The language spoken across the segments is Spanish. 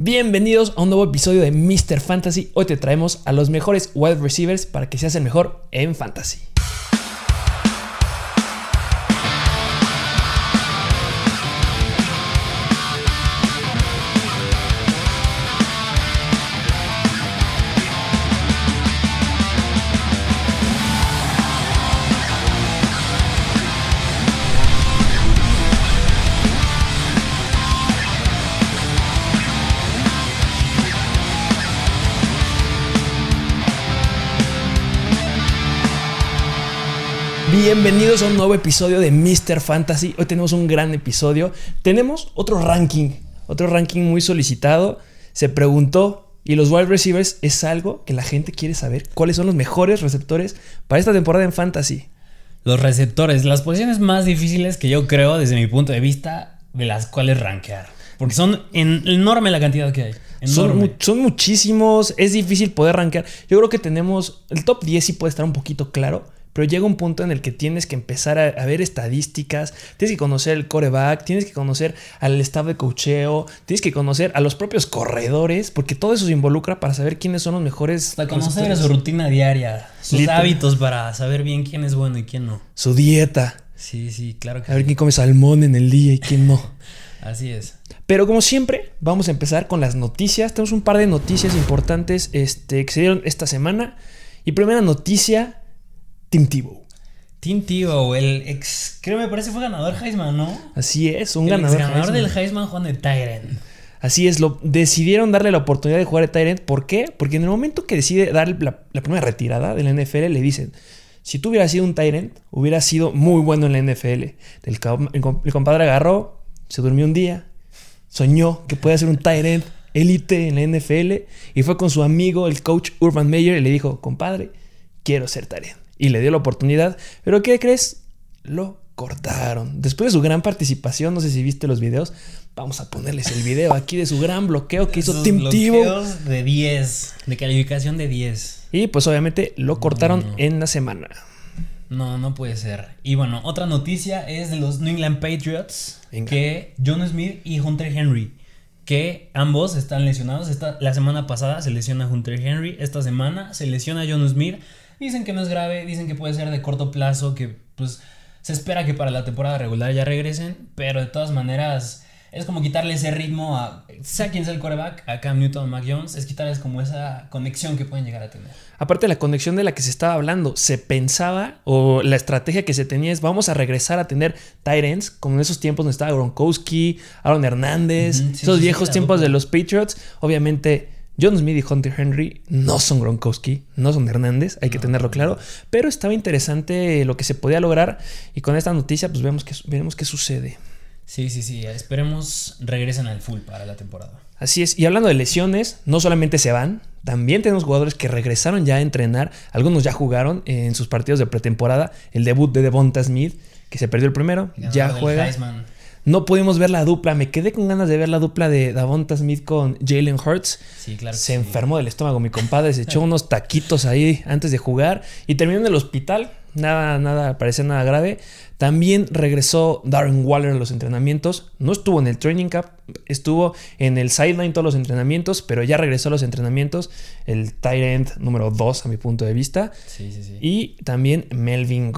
Bienvenidos a un nuevo episodio de Mr. Fantasy. Hoy te traemos a los mejores wide receivers para que seas el mejor en fantasy. Bienvenidos a un nuevo episodio de Mr. Fantasy. Hoy tenemos un gran episodio. Tenemos otro ranking muy solicitado. Se preguntó, y los wide receivers es algo que la gente quiere saber. ¿Cuáles son los mejores receptores para esta temporada en fantasy? Los receptores, las posiciones más difíciles que yo creo desde mi punto de vista de las cuales rankear. Porque son enorme la cantidad que hay. Son muchísimos, es difícil poder rankear. Yo creo que tenemos, el top 10 sí puede estar un poquito claro, pero llega un punto en el que tienes que empezar a ver estadísticas, tienes que conocer el quarterback, tienes que conocer al staff de coacheo, tienes que conocer a los propios corredores, porque todo eso se involucra para saber quiénes son los mejores. Hasta conocer su rutina diaria, sus hábitos para saber bien quién es bueno y quién no. Su dieta. Sí, claro que a ver quién come salmón en el día y quién no. Así es. Pero como siempre, vamos a empezar con las noticias. Tenemos un par de noticias importantes que se dieron esta semana. Y primera noticia: Tim Tebow, el ex, creo me parece fue ganador Heisman, ¿no? Así es, un ganador Heisman. Del Heisman, Juan de tight end. Así es, decidieron darle la oportunidad de jugar de tight end. ¿Por qué? Porque en el momento que decide dar la primera retirada de la NFL, le dicen: si tú hubieras sido un tight end, hubieras sido muy bueno en la NFL. El compadre agarró, se durmió un día, soñó que podía ser un tight end élite en la NFL y fue con su amigo, el coach Urban Meyer, y le dijo: compadre, quiero ser tight end. Y le dio la oportunidad. ¿Pero qué crees? Lo cortaron. Después de su gran participación, no sé si viste los videos, vamos a ponerles el video aquí de su gran bloqueo que hizo Tim Tebow. De 10, de calificación de 10. Y pues obviamente lo cortaron en la semana. No puede ser. Y bueno, otra noticia es de los New England Patriots. Venga. Que Jonnu Smith y Hunter Henry, que ambos están lesionados. La semana pasada se lesiona Hunter Henry, esta semana se lesiona Jonnu Smith. Dicen que no es grave, dicen que puede ser de corto plazo, que pues se espera que para la temporada regular ya regresen, pero de todas maneras es como quitarle ese ritmo a, sea quien sea el quarterback, a Cam Newton, Mac Jones, es quitarles como esa conexión que pueden llegar a tener. Aparte de la conexión de la que se estaba hablando, se pensaba, o la estrategia que se tenía es: vamos a regresar a tener tight ends, como en esos tiempos donde estaba Gronkowski, Aaron Hernández, esos viejos tiempos de los Patriots. Obviamente Jonnu Smith y Hunter Henry no son Gronkowski, no son Hernández, hay que tenerlo claro. Pero estaba interesante lo que se podía lograr. Y con esta noticia pues veremos qué sucede. Sí, esperemos regresen al full para la temporada. Así es, y hablando de lesiones, no solamente se van, también tenemos jugadores que regresaron ya a entrenar. Algunos ya jugaron en sus partidos de pretemporada. El debut de Devonta Smith, que se perdió el primero, ya juega. No pudimos ver la dupla. Me quedé con ganas de ver la dupla de Devonta Smith con Jalen Hurts. Sí, claro. Se enfermó del estómago mi compadre. Se echó unos taquitos ahí antes de jugar y terminó en el hospital. Nada, parecía nada grave. También regresó Darren Waller a los entrenamientos. No estuvo en el training camp, estuvo en el sideline todos los entrenamientos, pero ya regresó a los entrenamientos. El tight end número 2 a mi punto de vista. Sí. Y también Melvin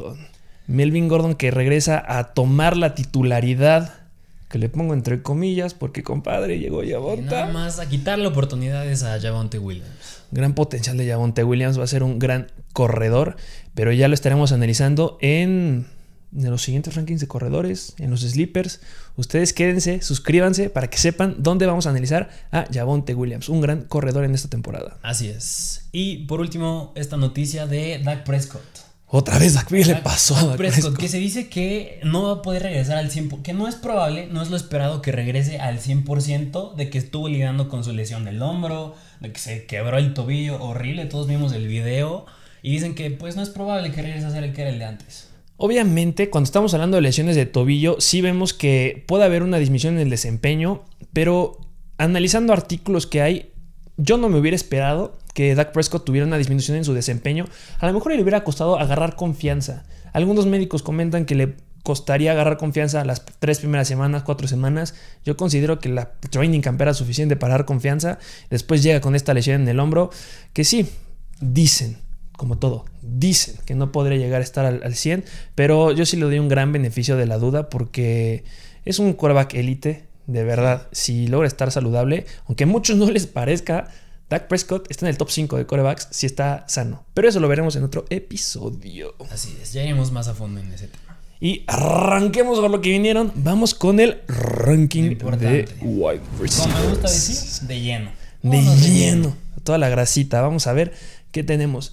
Gordon, que regresa a tomar la titularidad, que le pongo entre comillas porque compadre llegó Javonte. Nada más a quitarle oportunidades a Javonte Williams. Gran potencial de Javonte Williams, va a ser un gran corredor, pero ya lo estaremos analizando en los siguientes rankings de corredores, en los sleepers. Ustedes quédense, suscríbanse para que sepan dónde vamos a analizar a Javonte Williams, un gran corredor en esta temporada. Así es. Y por último, esta noticia de Dak Prescott. Otra vez Dak le pasó a Dak Prescott, que se dice que no va a poder regresar al 100%, que no es probable, no es lo esperado que regrese al 100%, de que estuvo lidiando con su lesión del hombro, de que se quebró el tobillo horrible, todos vimos el video, y dicen que pues no es probable que regrese a ser el que era el de antes. Obviamente, cuando estamos hablando de lesiones de tobillo, sí vemos que puede haber una disminución en el desempeño, pero analizando artículos que hay, yo no me hubiera esperado que Dak Prescott tuviera una disminución en su desempeño. A lo mejor le hubiera costado agarrar confianza. Algunos médicos comentan que le costaría agarrar confianza las 3 primeras semanas, 4 semanas. Yo considero que la training camp era suficiente para dar confianza. Después llega con esta lesión en el hombro, que sí, dicen, como todo, dicen que no podría llegar a estar al 100, pero yo sí le doy un gran beneficio de la duda porque es un quarterback élite, de verdad. Si logra estar saludable, aunque a muchos no les parezca, Dak Prescott está en el top 5 de quarterbacks si está sano. Pero eso lo veremos en otro episodio. Así es, ya iremos más a fondo en ese tema. Y arranquemos con lo que vinieron. Vamos con el ranking de wide receivers. Como me gusta decir, de lleno. De lleno. Toda la grasita. Vamos a ver qué tenemos.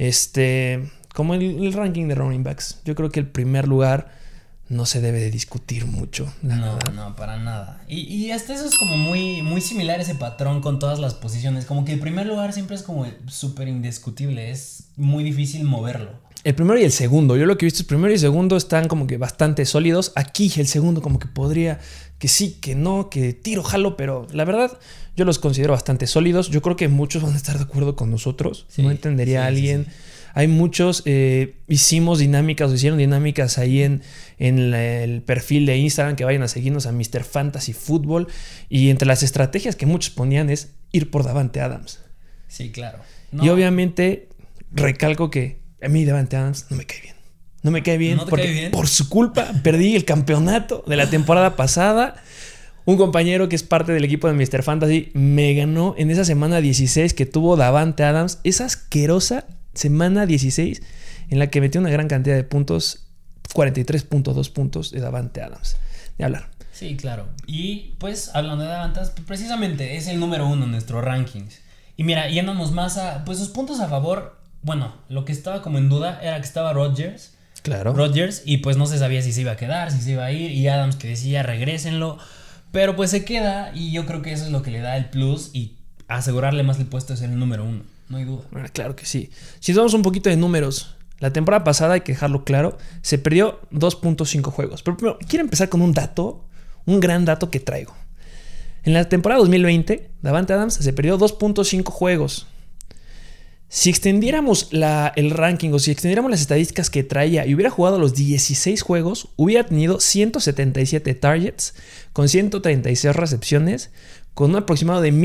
Como el ranking de running backs. Yo creo que el primer lugar no se debe de discutir mucho. No, para nada. Y hasta eso es como muy, muy similar ese patrón con todas las posiciones. Como que el primer lugar siempre es como súper indiscutible. Es muy difícil moverlo. El primero y el segundo. Yo lo que he visto es primero y segundo están como que bastante sólidos. Aquí el segundo como que podría, que sí, que no, que tiro, jalo. Pero la verdad yo los considero bastante sólidos. Yo creo que muchos van a estar de acuerdo con nosotros. Sí, no entendería a alguien. Sí. Hay muchos, hicieron dinámicas ahí en el perfil de Instagram, que vayan a seguirnos a Mr. Fantasy Football. Y entre las estrategias que muchos ponían es ir por Davante Adams. Sí, claro. No. Y obviamente recalco que a mí Davante Adams no me cae bien. No me cae bien porque por su culpa perdí el campeonato de la temporada pasada. Un compañero que es parte del equipo de Mr. Fantasy me ganó en esa semana 16 que tuvo Davante Adams. Esa asquerosa semana 16 en la que metió una gran cantidad de puntos, 43.2 puntos de Davante Adams. De hablar. Sí, claro. Y pues hablando de Davante Adams, precisamente es el número 1 en nuestros rankings. Y mira, yéndonos más a pues sus puntos a favor. Bueno, lo que estaba como en duda era que estaba Rodgers. Claro. Rodgers, y pues no se sabía si se iba a quedar, si se iba a ir. Y Adams que decía, regrésenlo. Pero pues se queda, y yo creo que eso es lo que le da el plus. Y asegurarle más el puesto de ser el número 1. No hay duda. Bueno, claro que sí. Si damos un poquito de números, la temporada pasada, hay que dejarlo claro, se perdió 2.5 juegos. Pero primero, quiero empezar con un gran dato que traigo. En la temporada 2020, Davante Adams se perdió 2.5 juegos. Si extendiéramos el ranking o si extendiéramos las estadísticas que traía y hubiera jugado los 16 juegos, hubiera tenido 177 targets con 136 recepciones, con un aproximado de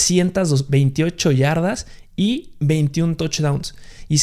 1,628 yardas y 21 touchdowns. Y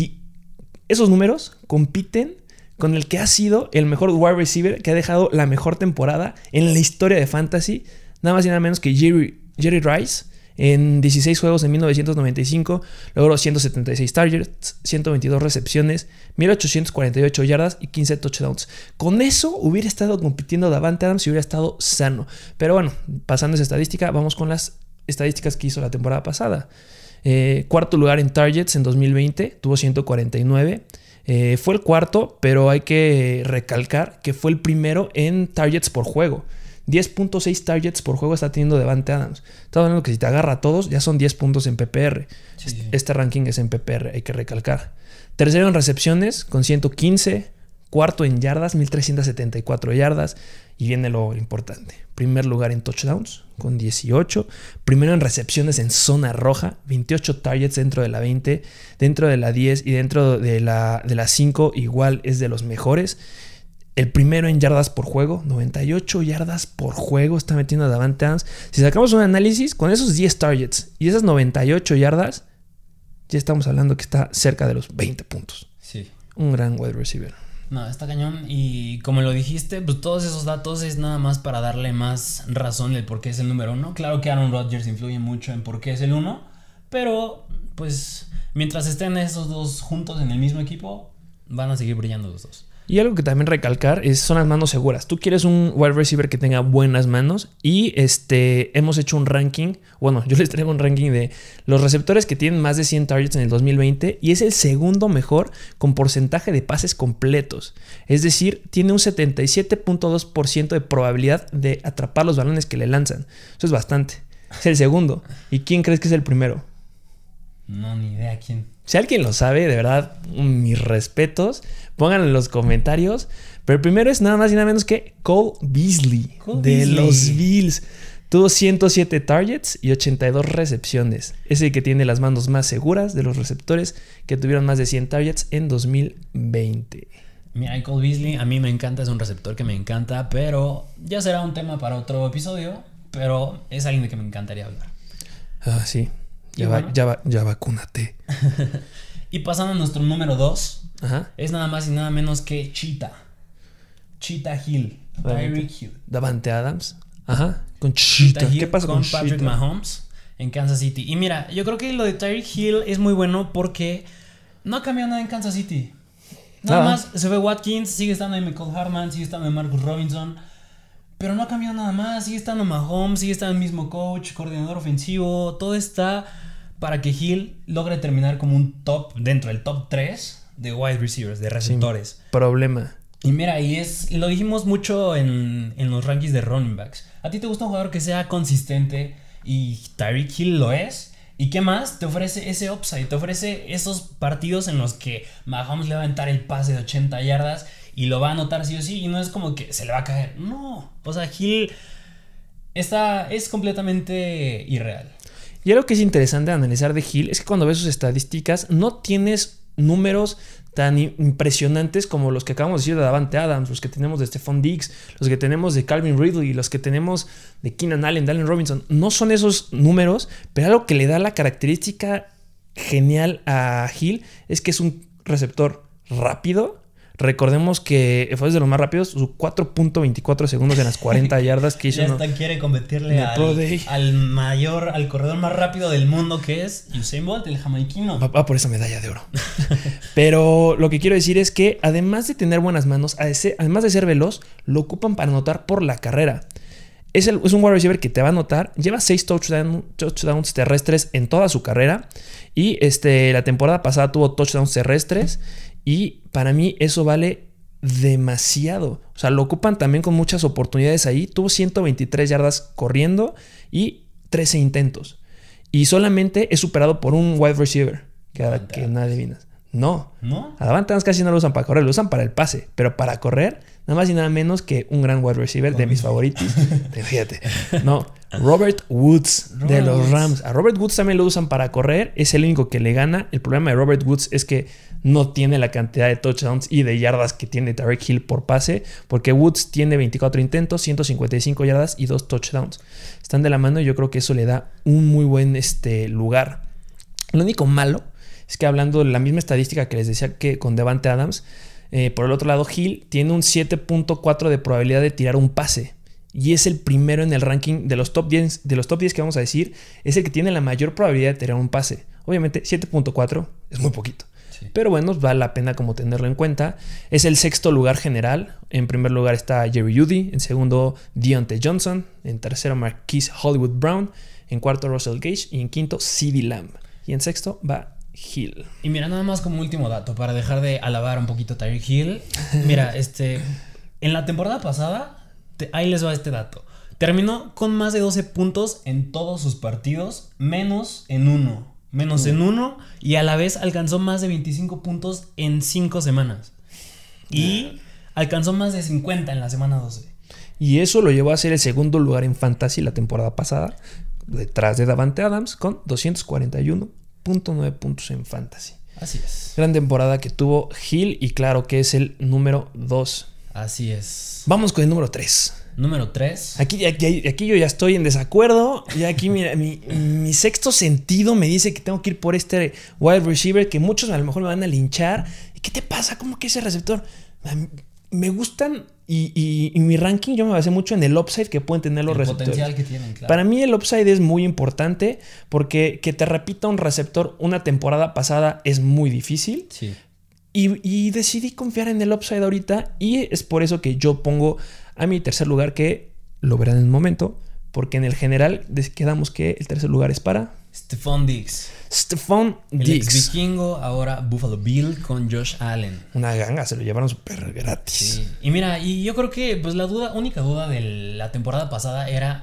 esos números compiten con el que ha sido el mejor wide receiver que ha dejado la mejor temporada en la historia de Fantasy, nada más y nada menos que Jerry Rice. En 16 juegos en 1995 logró 176 targets, 122 recepciones, 1,848 yardas y 15 touchdowns. Con eso hubiera estado compitiendo Davante Adams si hubiera estado sano. Pero bueno, pasando esa estadística, vamos con las estadísticas que hizo la temporada pasada. Cuarto lugar en targets en 2020, tuvo 149. Fue el cuarto, pero hay que recalcar que fue el primero en targets por juego. 10.6 targets por juego está teniendo Davante Adams. Estamos hablando que si te agarra a todos, ya son 10 puntos en PPR. Sí. Este ranking es en PPR, hay que recalcar. Tercero en recepciones con 115. Cuarto en yardas, 1,374 yardas. Y viene lo importante. Primer lugar en touchdowns con 18. Primero en recepciones en zona roja, 28 targets dentro de la 20, dentro de la 10 y dentro de la 5 igual es de los mejores. El primero en yardas por juego, 98 yardas por juego está metiendo a Davante Adams. Si sacamos un análisis con esos 10 targets y esas 98 yardas, ya estamos hablando que está cerca de los 20 puntos. Sí. Un gran wide receiver. No, está cañón. Y como lo dijiste, pues todos esos datos es nada más para darle más razón del por qué es el número 1. Claro que Aaron Rodgers influye mucho en por qué es el 1, pero pues mientras estén esos dos juntos en el mismo equipo, van a seguir brillando los dos. Y algo que también recalcar son las manos seguras. Tú quieres un wide receiver que tenga buenas manos y hemos hecho un ranking. Bueno, yo les traigo un ranking de los receptores que tienen más de 100 targets en el 2020 y es el segundo mejor con porcentaje de pases completos. Es decir, tiene un 77.2% de probabilidad de atrapar los balones que le lanzan. Eso es bastante. Es el segundo. ¿Y quién crees que es el primero? No, ni idea quién. Si alguien lo sabe, de verdad, mis respetos. Pónganlo en los comentarios. Pero el primero es nada más y nada menos que Cole Beasley de los Bills. Tuvo 107 targets y 82 recepciones. Es el que tiene las manos más seguras de los receptores que tuvieron más de 100 targets en 2020. Mira, Cole Beasley a mí me encanta, es un receptor que me encanta, pero ya será un tema para otro episodio, pero es alguien de que me encantaría hablar. Ah, sí. Ya vacúnate. Y pasando a nuestro número 2, Ajá. es nada más y nada menos que Cheetah Hill. Tyreek Hill. Davante Adams. Ajá. Con Cheetah. Hill. ¿Qué pasa con con Patrick Cheetah? Mahomes en Kansas City? Y mira, yo creo que lo de Tyreek Hill es muy bueno porque no ha cambiado nada en Kansas City. Nada más se ve Watkins, sigue estando ahí Mecole Hardman, sigue estando ahí Marcus Robinson. Pero no ha cambiado nada más. Sigue estando Mahomes, sigue estando el mismo coach, coordinador ofensivo. Todo está para que Hill logre terminar como un top, dentro del top 3 de wide receivers, de receptores. Sin problema. Y mira, lo dijimos mucho en los rankings de running backs. ¿A ti te gusta un jugador que sea consistente? Y Tyreek Hill lo es. ¿Y qué más? Te ofrece ese upside, te ofrece esos partidos en los que Mahomes le va a aventar el pase de 80 yardas y lo va a anotar sí o sí, y no es como que se le va a caer. No, o sea, Hill es completamente irreal. Y algo que es interesante de analizar de Hill es que cuando ves sus estadísticas no tienes números tan impresionantes como los que acabamos de decir de Davante Adams, los que tenemos de Stephon Diggs, los que tenemos de Calvin Ridley, los que tenemos de Keenan Allen, de Allen Robinson. No son esos números, pero algo que le da la característica genial a Hill es que es un receptor rápido. Recordemos que fue de los más rápidos, su 4.24 segundos en las 40 yardas que hizo. Ya hasta quiere competirle al corredor más rápido del mundo, que es Usain Bolt, el jamaiquino. Va por esa medalla de oro. Pero lo que quiero decir es que además de tener buenas manos, además de ser veloz, lo ocupan para anotar por la carrera. Es un wide receiver que te va a anotar. Lleva 6 touchdowns terrestres en toda su carrera. Y la temporada pasada tuvo touchdowns terrestres. Y para mí eso vale demasiado. O sea, lo ocupan también con muchas oportunidades ahí. Tuvo 123 yardas corriendo y 13 intentos. Y solamente es superado por un wide receiver. Que nadie adivinas. No. A Davante Adams casi no lo usan para correr. Lo usan para el pase. Pero para correr, nada más y nada menos que un gran wide receiver de mis favoritos. Fíjate. No. Robert Woods de los Rams. A Robert Woods también lo usan para correr. Es el único que le gana. El problema de Robert Woods es que no tiene la cantidad de touchdowns y de yardas que tiene Tyreek Hill por pase, porque Woods tiene 24 intentos, 155 yardas y 2 touchdowns. Están de la mano y yo creo que eso le da un muy buen lugar. Lo único malo es que, hablando de la misma estadística que les decía que con Davante Adams, por el otro lado Hill tiene un 7.4 de probabilidad de tirar un pase. Y es el primero en el ranking de los top 10, que vamos a decir, es el que tiene la mayor probabilidad de tirar un pase. Obviamente 7.4 es muy poquito. Sí. Pero bueno, vale la pena como tenerlo en cuenta. Es el 6º lugar general. En primer lugar está Jerry Jeudy. En segundo, Deontay Johnson. En tercero, Marquise Hollywood Brown. En cuarto, Russell Gage. Y en quinto, CeeDee Lamb. Y en sexto va Hill. Y mira, nada más como último dato, para dejar de alabar un poquito a Tyreek Hill. Mira, en la temporada pasada, ahí les va este dato. Terminó con más de 12 puntos en todos sus partidos, menos en uno. Y a la vez alcanzó más de 25 puntos en 5 semanas. Y alcanzó más de 50 en la semana 12. Y eso lo llevó a ser el segundo lugar en Fantasy la temporada pasada, detrás de Davante Adams, con 241.9 puntos en Fantasy. Así es. Gran temporada que tuvo Hill y claro que es el número 2. Así es. Vamos con el número 3. Número 3. Aquí yo ya estoy en desacuerdo. Y aquí mira, mi sexto sentido me dice que tengo que ir por este wide receiver que muchos a lo mejor me van a linchar. ¿Y qué te pasa? ¿Cómo que ese receptor? Me gustan y mi ranking yo me basé mucho en el upside que pueden tener los receptores. El potencial que tienen, claro. Para mí el upside es muy importante porque que te repita un receptor una temporada pasada es muy difícil. Sí. Y decidí confiar en el upside ahorita y es por eso que yo pongo a mi tercer lugar, que lo verán en un momento, porque en el general quedamos que el tercer lugar es para Stephon Diggs. El ex vikingo, ahora Buffalo Bill con Josh Allen. Una ganga, se lo llevaron súper gratis. Sí. Y mira, y yo creo que pues única duda de la temporada pasada era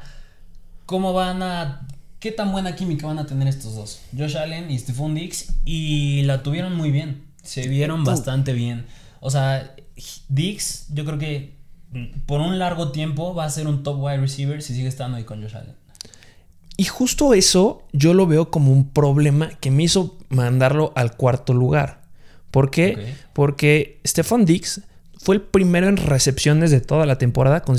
qué tan buena química van a tener estos dos, Josh Allen y Stephon Diggs, y la tuvieron muy bien. Se vieron bastante bien. O sea, Diggs, yo creo que por un largo tiempo va a ser un top wide receiver si sigue estando ahí con Josh Allen. Y justo eso yo lo veo como un problema que me hizo mandarlo al cuarto lugar. ¿Por qué? Okay. Porque Stephon Diggs fue el primero en recepciones de toda la temporada con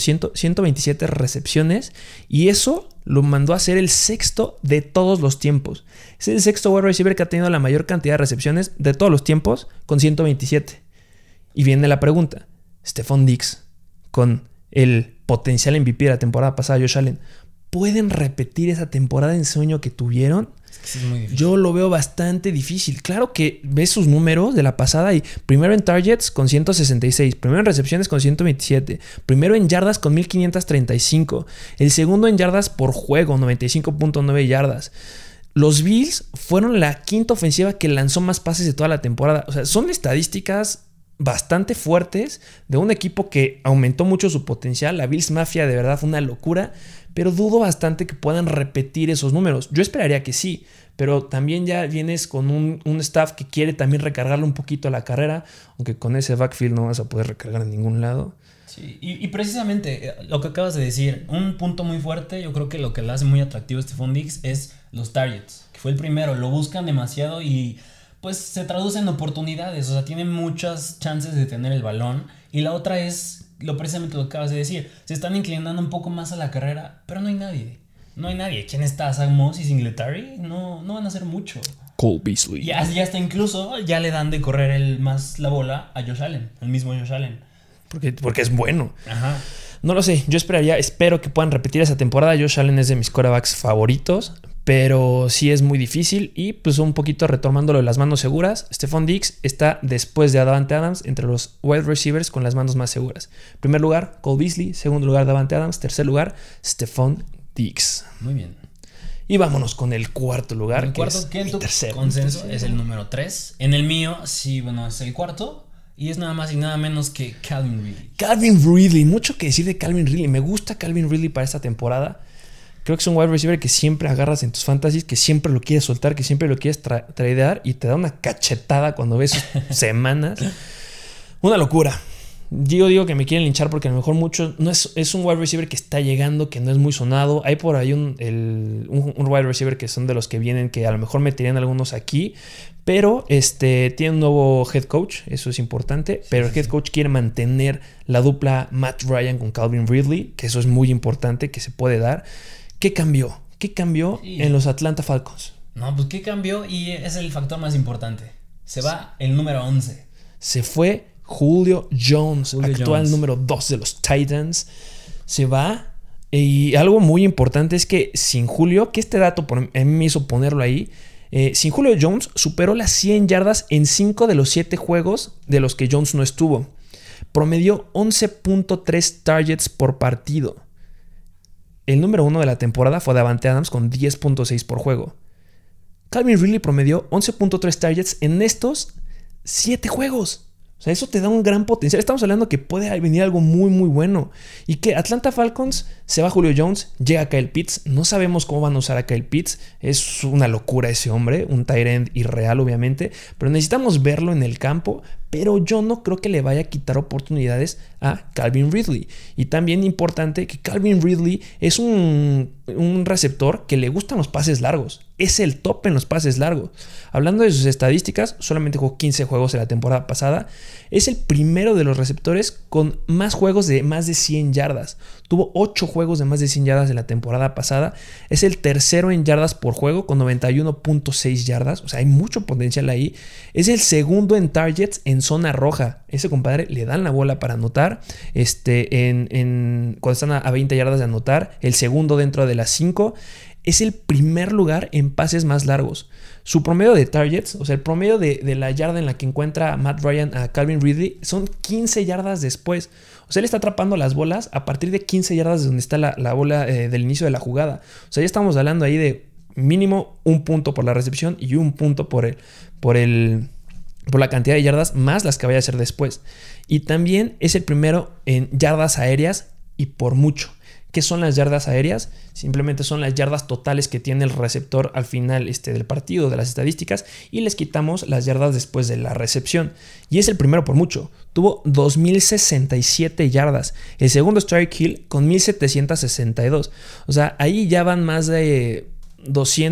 127 recepciones y eso lo mandó a ser el sexto de todos los tiempos. Es el sexto wide receiver que ha tenido la mayor cantidad de recepciones de todos los tiempos con 127. Y viene la pregunta, Stefon Diggs con el potencial MVP de la temporada pasada, Josh Allen, ¿pueden repetir esa temporada de ensueño que tuvieron? Sí, es muy difícil. Yo lo veo bastante difícil. Claro que ves sus números de la pasada y primero en targets con 166, primero en recepciones con 127, primero en yardas con 1535, el segundo en yardas por juego, 95.9 yardas. Los Bills fueron la quinta ofensiva que lanzó más pases de toda la temporada. O sea, son estadísticas bastante fuertes de un equipo que aumentó mucho su potencial. La Bills Mafia de verdad fue una locura, pero dudo bastante que puedan repetir esos números. Yo esperaría que sí, pero también ya vienes con un staff que quiere también recargarle un poquito a la carrera, aunque con ese backfield no vas a poder recargar en ningún lado. Sí, y precisamente lo que acabas de decir, un punto muy fuerte, yo creo que lo que le hace muy atractivo a Stefon Diggs es los targets, que fue el primero, lo buscan demasiado y pues se traduce en oportunidades, o sea, tienen muchas chances de tener el balón. Y la otra es precisamente lo que acabas de decir, se están inclinando un poco más a la carrera, pero no hay nadie. No hay nadie. ¿Quién está? Zach Moss y Singletary no van a hacer mucho. Cole Beasley. Ya hasta incluso ya le dan de correr más la bola a Josh Allen, al mismo Josh Allen. Porque es bueno. Ajá. No lo sé, espero que puedan repetir esa temporada. Josh Allen es de mis quarterbacks favoritos, pero sí es muy difícil. Y pues un poquito retomándolo de las manos seguras, Stefon Diggs está después de Davante Adams entre los wide receivers con las manos más seguras. Primer lugar, Cole Beasley. Segundo lugar, Davante Adams. Tercer lugar, Stefon Diggs. Muy bien. Y vámonos con el cuarto lugar. El cuarto, que en tu consenso es el número 3. En el mío, sí, bueno, es el cuarto. Y es nada más y nada menos que Calvin Ridley. Calvin Ridley, mucho que decir de Calvin Ridley. Me gusta Calvin Ridley para esta temporada. Creo que es un wide receiver que siempre agarras en tus fantasies, que siempre lo quieres soltar, que siempre lo quieres tradear y te da una cachetada cuando ves sus semanas. Una locura. Yo digo que me quieren linchar porque a lo mejor muchos... No es un wide receiver que está llegando, que no es muy sonado. Hay por ahí un wide receiver que son de los que vienen, que a lo mejor meterían algunos aquí. Pero tiene un nuevo head coach, eso es importante. Pero el head coach quiere mantener la dupla Matt Ryan con Calvin Ridley, que eso es muy importante, que se puede dar. ¿Qué cambió? ¿Qué cambió en los Atlanta Falcons? No, pues ¿qué cambió? Y es el factor más importante. Se va el número 11. Se fue Julio Jones, actual número 2 de los Titans. Se va. Y algo muy importante es que sin Julio, que este dato a mí me hizo ponerlo ahí, sin Julio Jones superó las 100 yardas en 5 de los 7 juegos de los que Jones no estuvo. Promedió 11.3 targets por partido. El número 1 de la temporada fue Davante Adams con 10.6 por juego. Calvin Ridley promedió 11.3 targets en estos 7 juegos. O sea, eso te da un gran potencial. Estamos hablando que puede venir algo muy, muy bueno. Y que Atlanta Falcons se va Julio Jones, llega Kyle Pitts. No sabemos cómo van a usar a Kyle Pitts. Es una locura ese hombre, un tight end irreal, obviamente. Pero necesitamos verlo en el campo. Pero yo no creo que le vaya a quitar oportunidades a Calvin Ridley. Y también importante que Calvin Ridley es un receptor que le gustan los pases largos. Es el top en los pases largos. Hablando de sus estadísticas, solamente jugó 15 juegos en la temporada pasada. Es el primero de los receptores con más juegos de más de 100 yardas. Tuvo 8 juegos de más de 100 yardas en la temporada pasada. Es el tercero en yardas por juego con 91.6 yardas. O sea, hay mucho potencial ahí. Es el segundo en targets en zona roja. Ese compadre le dan la bola para anotar. Cuando están a 20 yardas de anotar. El segundo dentro de las 5. Es el primer lugar en pases más largos. Su promedio de targets, o sea, el promedio de la yarda en la que encuentra Matt Ryan a Calvin Ridley, son 15 yardas después. O sea, él está atrapando las bolas a partir de 15 yardas de donde está la bola del inicio de la jugada. O sea, ya estamos hablando ahí de mínimo un punto por la recepción y un punto por la cantidad de yardas más las que vaya a hacer después. Y también es el primero en yardas aéreas y por mucho. ¿Qué son las yardas aéreas? Simplemente son las yardas totales que tiene el receptor al final del partido, de las estadísticas, y les quitamos las yardas después de la recepción. Y es el primero por mucho. Tuvo 2.067 yardas. El segundo es Tyreek Hill con 1.762. O sea, ahí ya van más de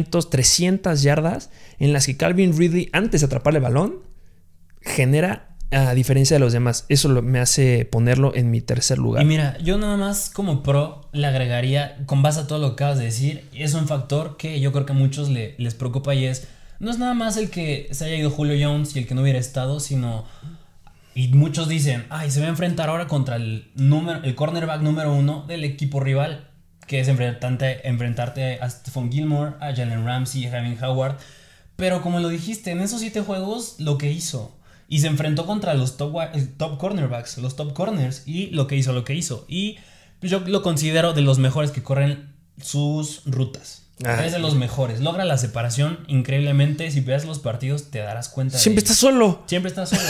300 yardas en las que Calvin Ridley, antes de atrapar el balón, genera a diferencia de los demás. Eso me hace ponerlo en mi tercer lugar. Y mira, yo nada más como pro le agregaría, con base a todo lo que acabas de decir, es un factor que yo creo que a muchos les preocupa y no es nada más el que se haya ido Julio Jones y el que no hubiera estado, sino... Y muchos dicen, ay, se va a enfrentar ahora contra el cornerback número 1 del equipo rival, que es enfrentarte a Stephon Gilmore, a Jalen Ramsey, a Javin Howard. Pero como lo dijiste, en esos 7 juegos lo que hizo. Y se enfrentó contra los top cornerbacks, los top corners. Y lo que hizo. Y yo lo considero de los mejores que corren sus rutas. Es de los mejores. Logra la separación increíblemente. Si ves los partidos te darás cuenta. Siempre está solo. Siempre está solo.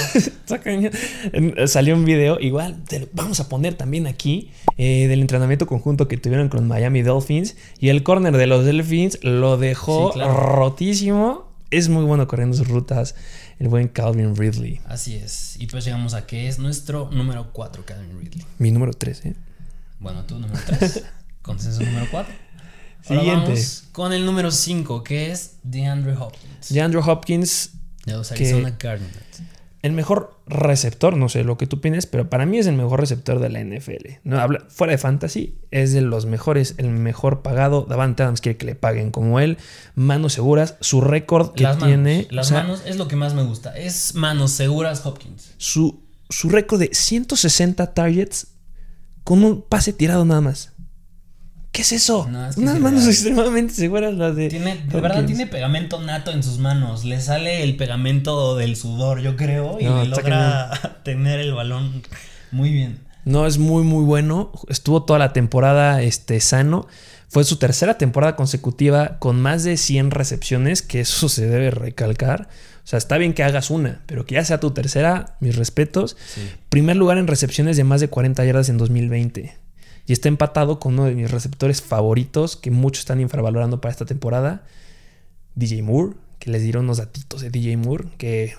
Salió un video, igual vamos a poner también aquí, del entrenamiento conjunto que tuvieron con los Miami Dolphins. Y el corner de los Dolphins lo dejó rotísimo. Es muy bueno corriendo sus rutas, el buen Calvin Ridley. Así es. Y pues llegamos a que es nuestro número 4, Calvin Ridley. Mi número 3, Bueno, tu número 3. Consenso número 4. Siguiente. Ahora vamos con el número 5, que es DeAndre Hopkins. DeAndre Hopkins. De los Arizona Cardinals. El mejor receptor, no sé lo que tú piensas, pero para mí es el mejor receptor de la NFL. No, fuera de fantasy, es de los mejores, el mejor pagado. Davante Adams quiere que le paguen como él. Manos seguras, su récord que tiene. Las manos es lo que más me gusta. Es manos seguras Hopkins. Su récord de 160 targets con un pase tirado nada más. ¿Qué es eso? No, es que unas manos extremadamente seguras las de... De verdad tiene pegamento nato en sus manos. Le sale el pegamento del sudor, yo creo. Y le logra tener el balón muy bien. No, es muy muy bueno. Estuvo toda la temporada sano. Fue su tercera temporada consecutiva con más de 100 recepciones, que eso se debe recalcar. O sea, está bien que hagas una, pero que ya sea tu tercera, mis respetos. Sí. Primer lugar en recepciones de más de 40 yardas en 2020. Y está empatado con uno de mis receptores favoritos, que muchos están infravalorando para esta temporada, DJ Moore, que les diré unos datitos de DJ Moore, que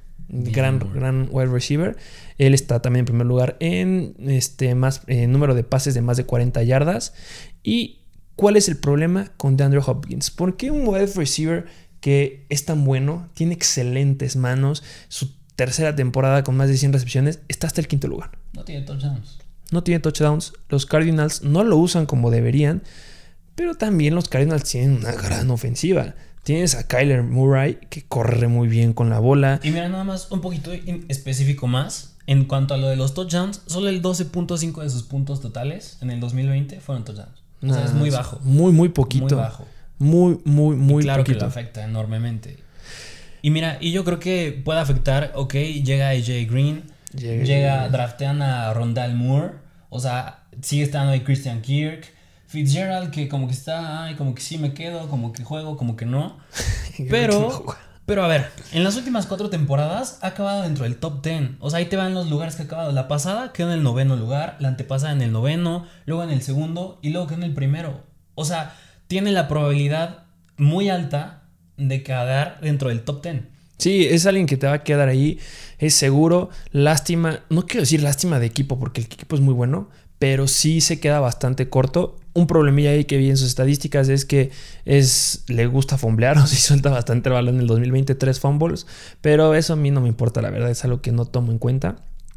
gran wide receiver. Él está también en primer lugar en número de pases de más de 40 yardas. ¿Y cuál es el problema con DeAndre Hopkins? ¿Por qué un wide receiver que es tan bueno, tiene excelentes manos, su tercera temporada con más de 100 recepciones, está hasta el quinto lugar? No tiene touchdowns. No tiene touchdowns. Los Cardinals no lo usan como deberían. Pero también los Cardinals tienen una gran ofensiva. Tienes a Kyler Murray, que corre muy bien con la bola. Y mira, nada más un poquito específico más. En cuanto a lo de los touchdowns, solo el 12.5 de sus puntos totales en el 2020 fueron touchdowns. O sea, es muy bajo. Muy poquito. Muy bajo. Muy claro poquito. Que lo afecta enormemente. Y mira, y yo creo que puede afectar, llega AJ Green, draftean a Rondale Moore, o sea, sigue estando ahí Christian Kirk, Fitzgerald, que como que está, como que sí me quedo, como que juego, como que no. Pero a ver, en las últimas 4 temporadas ha acabado dentro del top 10. O sea, ahí te van los lugares que ha acabado. La pasada quedó en el 9º lugar, la antepasada en el 9º, luego en el 2º y luego quedó en el 1º. O sea, tiene la probabilidad muy alta de quedar dentro del top 10. Sí, es alguien que te va a quedar ahí, es seguro. Lástima, no quiero decir lástima de equipo porque el equipo es muy bueno, pero sí se queda bastante corto. Un problemilla ahí que vi en sus estadísticas es que le gusta fumblear, o sea, suelta bastante el balón en el 2020, 3 fumbles, pero eso a mí no me importa, la verdad, es algo que no tomo en cuenta.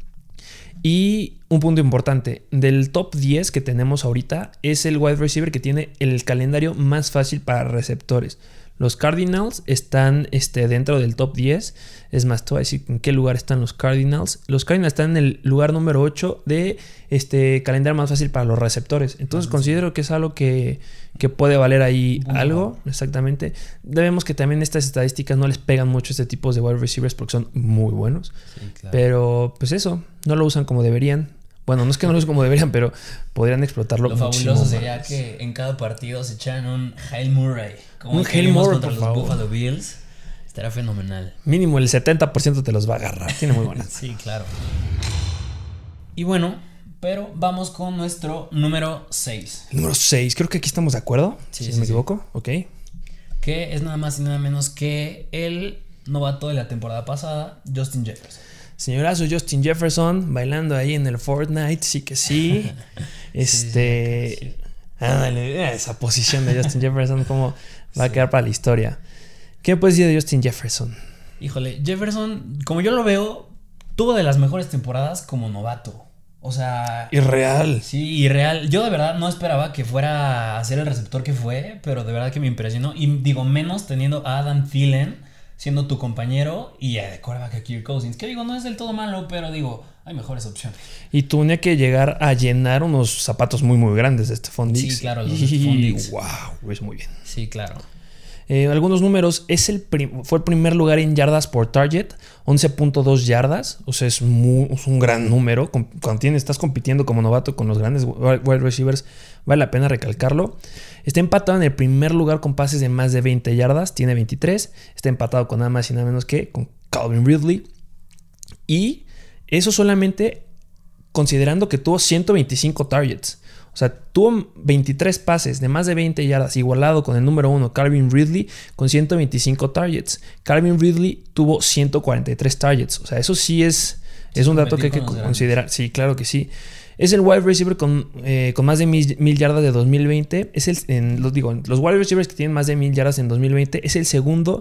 Y un punto importante, del top 10 que tenemos ahorita, es el wide receiver que tiene el calendario más fácil para receptores. Los Cardinals están dentro del top 10. Es más, te voy a decir en qué lugar están los Cardinals. Los Cardinals están en el lugar número 8 de calendario más fácil para los receptores. Entonces considero que es algo que puede valer ahí algo. Exactamente. Debemos que también estas estadísticas no les pegan mucho a este tipo de wide receivers porque son muy buenos. Sí, claro. Pero pues eso, no lo usan como deberían. Bueno, no es que no lo usen como deberían, pero podrían explotarlo. Lo fabuloso sería que en cada partido se echaran un Hail Murray. Como un Hail Murray contra los Buffalo Bills. Estará fenomenal. Mínimo el 70% te los va a agarrar. Tiene muy buenas. Sí, claro. Y bueno, pero vamos con nuestro número 6. El número 6. Creo que aquí estamos de acuerdo. Si no me equivoco. Ok. Que es nada más y nada menos que el novato de la temporada pasada, Justin Jefferson. Señorazo Justin Jefferson bailando ahí en el Fortnite, sí que sí. Sí. Ándale, esa posición de Justin Jefferson, cómo va a quedar para la historia. ¿Qué puedes decir de Justin Jefferson? Híjole, Jefferson, como yo lo veo, tuvo de las mejores temporadas como novato. O sea... Irreal. Sí, irreal. Yo de verdad no esperaba que fuera a ser el receptor que fue, pero de verdad que me impresionó. Y digo, menos teniendo a Adam Thielen siendo tu compañero y de quarterback a Kirk Cousins. Que digo, no es del todo malo, pero digo, hay mejores opciones. Y tenía que llegar a llenar unos zapatos muy, muy grandes de Stephon Diggs. Sí, claro, los de Stephon Diggs. Wow, es muy bien. Sí, claro. Algunos números, fue el primer lugar en yardas por target, 11.2 yardas, o sea, es un gran número. Cuando estás compitiendo como novato con los grandes wide receivers, vale la pena recalcarlo. Está empatado en el primer lugar con pases de más de 20 yardas, tiene 23. Está empatado con nada más y nada menos que con Calvin Ridley. Y eso solamente considerando que tuvo 125 targets. O sea, tuvo 23 pases de más de 20 yardas, igualado con el número 1, Calvin Ridley, con 125 targets. Calvin Ridley tuvo 143 targets. O sea, eso sí es un dato que hay que considerar. Sí, claro que sí. Es el wide receiver con más de 1000 yardas de 2020. Los wide receivers que tienen más de 1000 yardas en 2020 es el segundo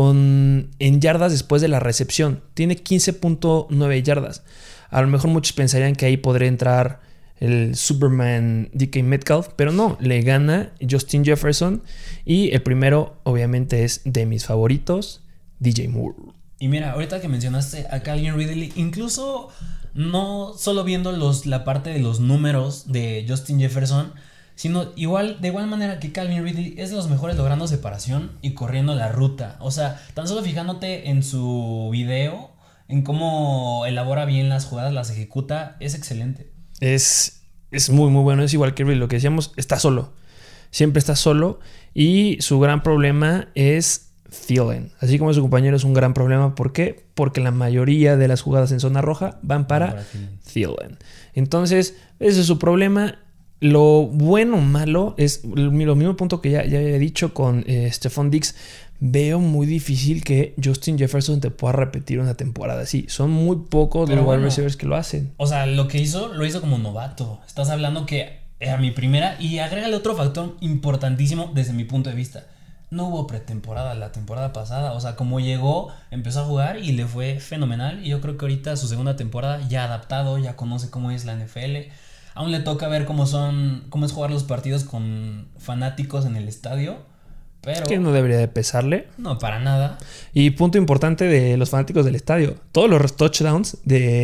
en yardas después de la recepción. Tiene 15.9 yardas. A lo mejor muchos pensarían que ahí podría entrar el Superman DK Metcalf, pero no, le gana Justin Jefferson. Y el primero, obviamente, es de mis favoritos, DJ Moore. Y mira, ahorita que mencionaste a Calvin Ridley, incluso no solo viendo la parte de los números de Justin Jefferson, sino de igual manera que Calvin Ridley es de los mejores logrando separación y corriendo la ruta. O sea, tan solo fijándote en su video, en cómo elabora bien las jugadas, las ejecuta, es excelente. Es muy, muy bueno. Es igual que Ridley, lo que decíamos, está solo. Siempre está solo. Y su gran problema es Thielen. Así como su compañero es un gran problema. ¿Por qué? Porque la mayoría de las jugadas en zona roja van para Thielen. Entonces, ese es su problema. Lo bueno o malo es lo mismo punto que ya he dicho con Stephon Diggs. Veo muy difícil que Justin Jefferson te pueda repetir una temporada así. Son muy pocos los wide receivers que lo hacen. O sea, lo hizo como novato. Estás hablando que a mi primera. Y agrégale otro factor importantísimo desde mi punto de vista. No hubo pretemporada la temporada pasada. O sea, como llegó, empezó a jugar y le fue fenomenal. Y yo creo que ahorita su segunda temporada ya adaptado, ya conoce cómo es la NFL. Aún le toca ver cómo es jugar los partidos con fanáticos en el estadio. Pero es que no debería de pesarle. No, para nada. Y punto importante de los fanáticos del estadio. Todos los touchdowns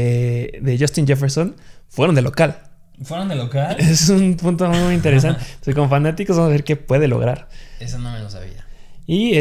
de Justin Jefferson fueron de local. ¿Fueron de local? Es un punto muy interesante. Entonces, como fanáticos vamos a ver qué puede lograr. Eso no me lo sabía. Y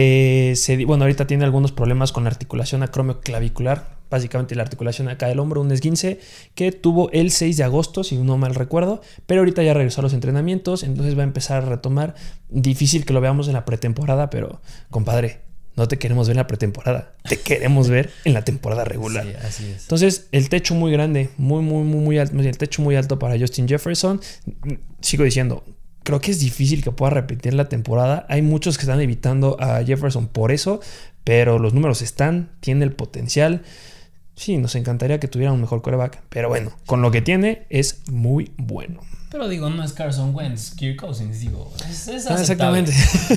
ahorita tiene algunos problemas con la articulación acromioclavicular. Básicamente la articulación acá del hombro, un esguince que tuvo el 6 de agosto, si no mal recuerdo. Pero ahorita ya regresó a los entrenamientos, entonces va a empezar a retomar. Difícil que lo veamos en la pretemporada, pero compadre, no te queremos ver en la pretemporada. Te queremos ver en la temporada regular. Sí, así es. Entonces, el techo muy grande, muy, muy, muy, muy alto. El techo muy alto para Justin Jefferson. Sigo diciendo, creo que es difícil que pueda repetir la temporada. Hay muchos que están evitando a Jefferson por eso, pero los números tiene el potencial. Sí, nos encantaría que tuviera un mejor quarterback, pero bueno, con lo que tiene es muy bueno. Pero digo, no es Carson Wentz, Kirk Cousins, digo, es exactamente.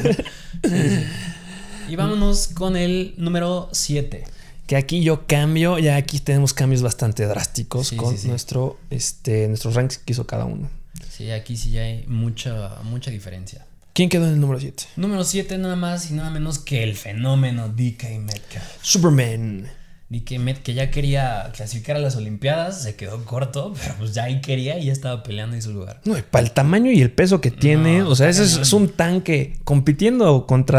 Sí. Y vámonos con el número 7. Que aquí yo cambio, ya aquí tenemos cambios bastante drásticos con nuestros ranks que hizo cada uno. Sí, aquí sí ya hay mucha diferencia. ¿Quién quedó en el número 7? Número 7 nada más y nada menos que el fenómeno DK Metcalf. Superman. DK Metcalf, que ya quería clasificar a las Olimpiadas, se quedó corto, pero pues ya ahí quería y ya estaba peleando en su lugar. No, para el tamaño y el peso que tiene, o sea, ese es un tanque compitiendo contra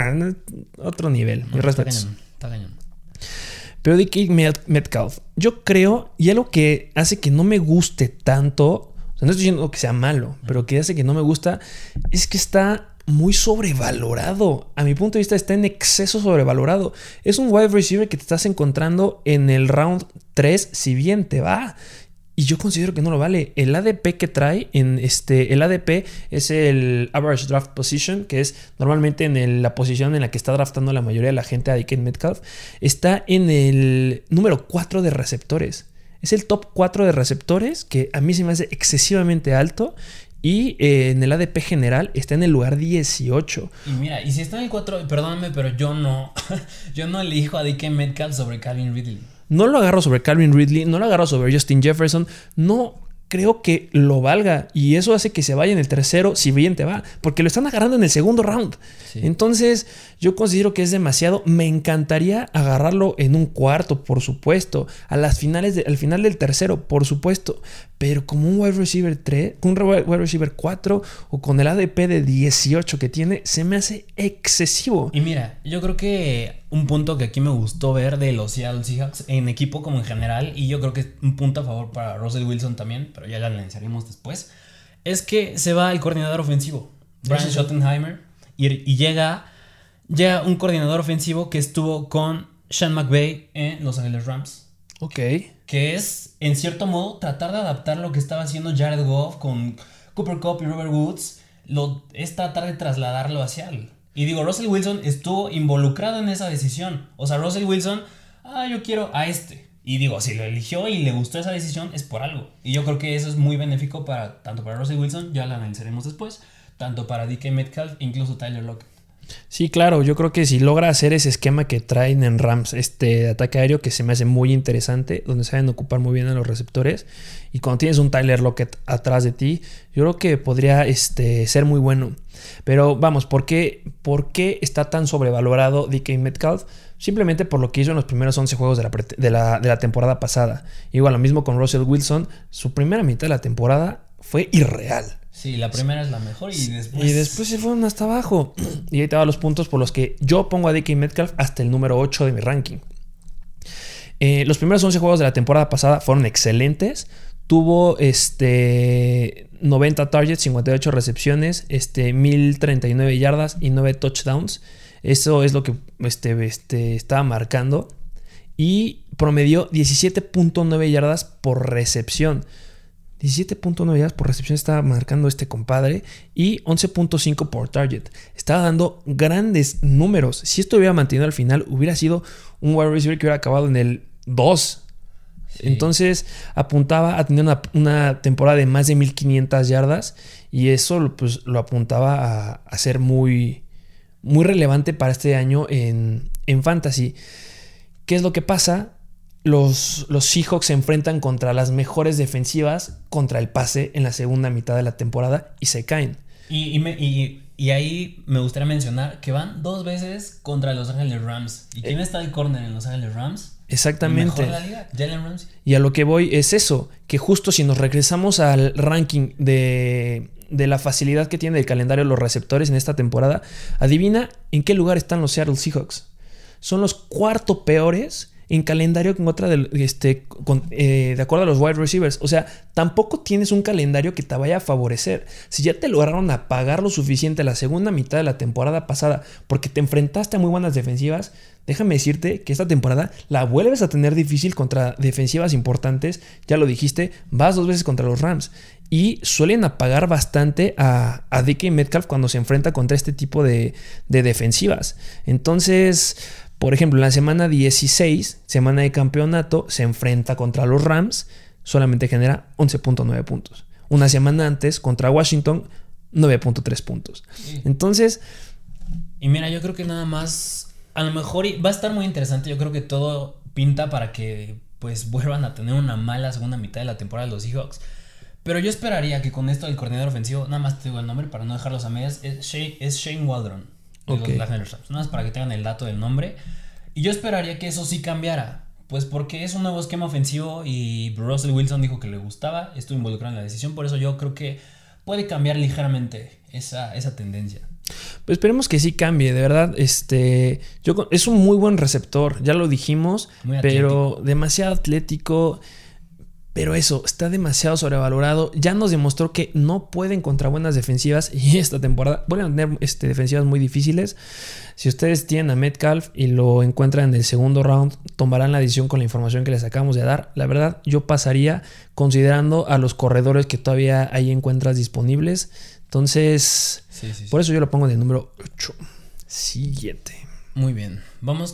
otro nivel. Mis respetos. Está cañón. Pero DK Metcalf, yo creo, y algo que hace que no me guste tanto, o sea, no estoy diciendo que sea malo, pero que hace que no me gusta, es que está muy sobrevalorado. A mi punto de vista está en exceso sobrevalorado. Es un wide receiver que te estás encontrando en el round 3, si bien te va. Y yo considero que no lo vale. El ADP que trae el ADP es el Average Draft Position, que es normalmente la posición en la que está draftando la mayoría de la gente a DK Metcalf. Está en el número 4 de receptores. Es el top 4 de receptores, que a mí se me hace excesivamente alto. Y en el ADP general está en el lugar 18. Y mira, y si está en el 4, perdóname, pero yo no elijo a DK Metcalf sobre Calvin Ridley. No lo agarro sobre Calvin Ridley, no lo agarro sobre Justin Jefferson, no creo que lo valga. Y eso hace que se vaya en el tercero, si bien te va, porque lo están agarrando en el segundo round. Sí. Entonces, yo considero que es demasiado. Me encantaría agarrarlo en un cuarto, por supuesto. Al final del tercero, por supuesto. Pero como un wide receiver 3, un wide receiver 4 o con el ADP de 18 que tiene, se me hace excesivo. Y mira, yo creo que un punto que aquí me gustó ver de los Seattle Seahawks en equipo como en general, y yo creo que es un punto a favor para Russell Wilson también, pero ya lo analizaremos después, es que se va el coordinador ofensivo, Brian Schottenheimer, y llega un coordinador ofensivo que estuvo con Sean McVay en Los Angeles Rams. Ok. Que es, en cierto modo, tratar de adaptar lo que estaba haciendo Jared Goff con Cooper Kupp y Robert Woods. Es tratar de trasladarlo hacia él. Y digo, Russell Wilson estuvo involucrado en esa decisión. O sea, Russell Wilson, yo quiero a este. Y digo, si lo eligió y le gustó esa decisión, es por algo. Y yo creo que eso es muy benéfico tanto para Russell Wilson, ya lo analizaremos después, tanto para DK Metcalf, incluso Tyler Lockett. Sí, claro, yo creo que si logra hacer ese esquema que traen en Rams, de ataque aéreo, que se me hace muy interesante, donde saben ocupar muy bien a los receptores, y cuando tienes un Tyler Lockett atrás de ti, yo creo que podría ser muy bueno. Pero vamos, ¿por qué está tan sobrevalorado DK Metcalf? Simplemente por lo que hizo en los primeros 11 juegos de la temporada pasada. Igual, lo mismo con Russell Wilson, su primera mitad de la temporada fue irreal. Sí, la primera es la mejor y después se fueron hasta abajo. Y ahí te va los puntos por los que yo pongo a DK Metcalf hasta el número 8 de mi ranking. Los primeros 11 juegos de la temporada pasada fueron excelentes. Tuvo 90 targets, 58 recepciones, 1039 yardas y 9 touchdowns. Eso es lo que estaba marcando. Y promedió 17.9 yardas por recepción. 17.9 yardas por recepción estaba marcando este compadre. Y 11.5 por target. Estaba dando grandes números. Si esto hubiera mantenido al final, hubiera sido un wide receiver que hubiera acabado en el 2. Sí. Entonces apuntaba a tener una temporada de más de 1500 yardas. Y eso pues, lo apuntaba a ser muy, muy relevante para este año en Fantasy. ¿Qué es lo que pasa? Los Seahawks se enfrentan contra las mejores defensivas contra el pase en la segunda mitad de la temporada y se caen. Y ahí me gustaría mencionar que van 2 veces contra Los Angeles Rams. ¿Y quién está de corner en Los Angeles Rams? Exactamente. El mejor de la liga, Jalen Ramsey. Y a lo que voy es eso, que justo si nos regresamos al ranking de la facilidad que tiene el calendario los receptores en esta temporada, adivina en qué lugar están los Seattle Seahawks. Son los 4º peores en calendario en contra de acuerdo a los wide receivers. O sea, tampoco tienes un calendario que te vaya a favorecer. Si ya te lograron apagar lo suficiente la segunda mitad de la temporada pasada porque te enfrentaste a muy buenas defensivas, déjame decirte que esta temporada la vuelves a tener difícil contra defensivas importantes. Ya lo dijiste, vas 2 veces contra los Rams. Y suelen apagar bastante a DK Metcalf cuando se enfrenta contra este tipo de defensivas. Entonces, por ejemplo, en la semana 16, semana de campeonato, se enfrenta contra los Rams, solamente genera 11.9 puntos. Una semana antes, contra Washington, 9.3 puntos. Sí. Entonces... Y mira, yo creo que nada más, a lo mejor va a estar muy interesante. Yo creo que todo pinta para que pues vuelvan a tener una mala segunda mitad de la temporada de los Seahawks. Pero yo esperaría que con esto del coordinador ofensivo, nada más te digo el nombre para no dejarlos a medias, es Shane Waldron. Okay. Los Angeles Rams. Nada más para que tengan el dato del nombre. Y yo esperaría que eso sí cambiara. Pues porque es un nuevo esquema ofensivo y Russell Wilson dijo que le gustaba. Estuvo involucrado en la decisión. Por eso yo creo que puede cambiar ligeramente esa tendencia. Pues esperemos que sí cambie, de verdad. Es un muy buen receptor, ya lo dijimos, pero demasiado atlético. Pero eso, está demasiado sobrevalorado. Ya nos demostró que no pueden contra buenas defensivas. Y esta temporada vuelven a tener defensivas muy difíciles. Si ustedes tienen a Metcalf y lo encuentran en el segundo round, tomarán la decisión con la información que les acabamos de dar. La verdad, yo pasaría considerando a los corredores que todavía ahí encuentras disponibles. Entonces, por eso yo lo pongo en el número 8. Siguiente. Muy bien. Vamos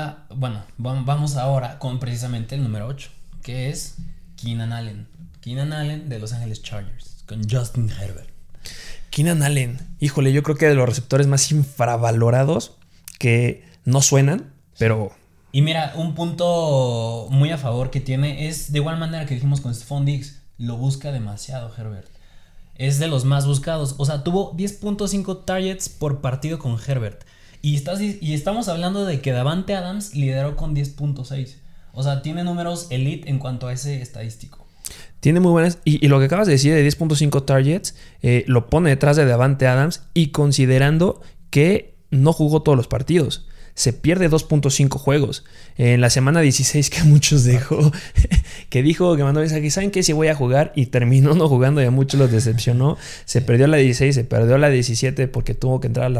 ahora con precisamente el número 8, que es Keenan Allen de Los Angeles Chargers con Justin Herbert. Keenan Allen, híjole, yo creo que de los receptores más infravalorados que no suenan, pero Y mira, un punto muy a favor que tiene es de igual manera que dijimos con Stephon Diggs. Lo busca demasiado Herbert. Es de los más buscados. O sea, tuvo 10.5 targets por partido con Herbert. Y estamos hablando de que Davante Adams lideró con 10.6. O sea, tiene números elite en cuanto a ese estadístico. Tiene muy buenas. Y lo que acabas de decir de 10.5 targets, lo pone detrás de Davante Adams. Y considerando que no jugó todos los partidos. Se pierde 2.5 juegos. En la semana 16 que muchos dejó, que dijo que mandó mensaje, ¿saben qué? Si voy a jugar, y terminó no jugando y a muchos los decepcionó. Se perdió la 16, se perdió la 17 porque tuvo que entrar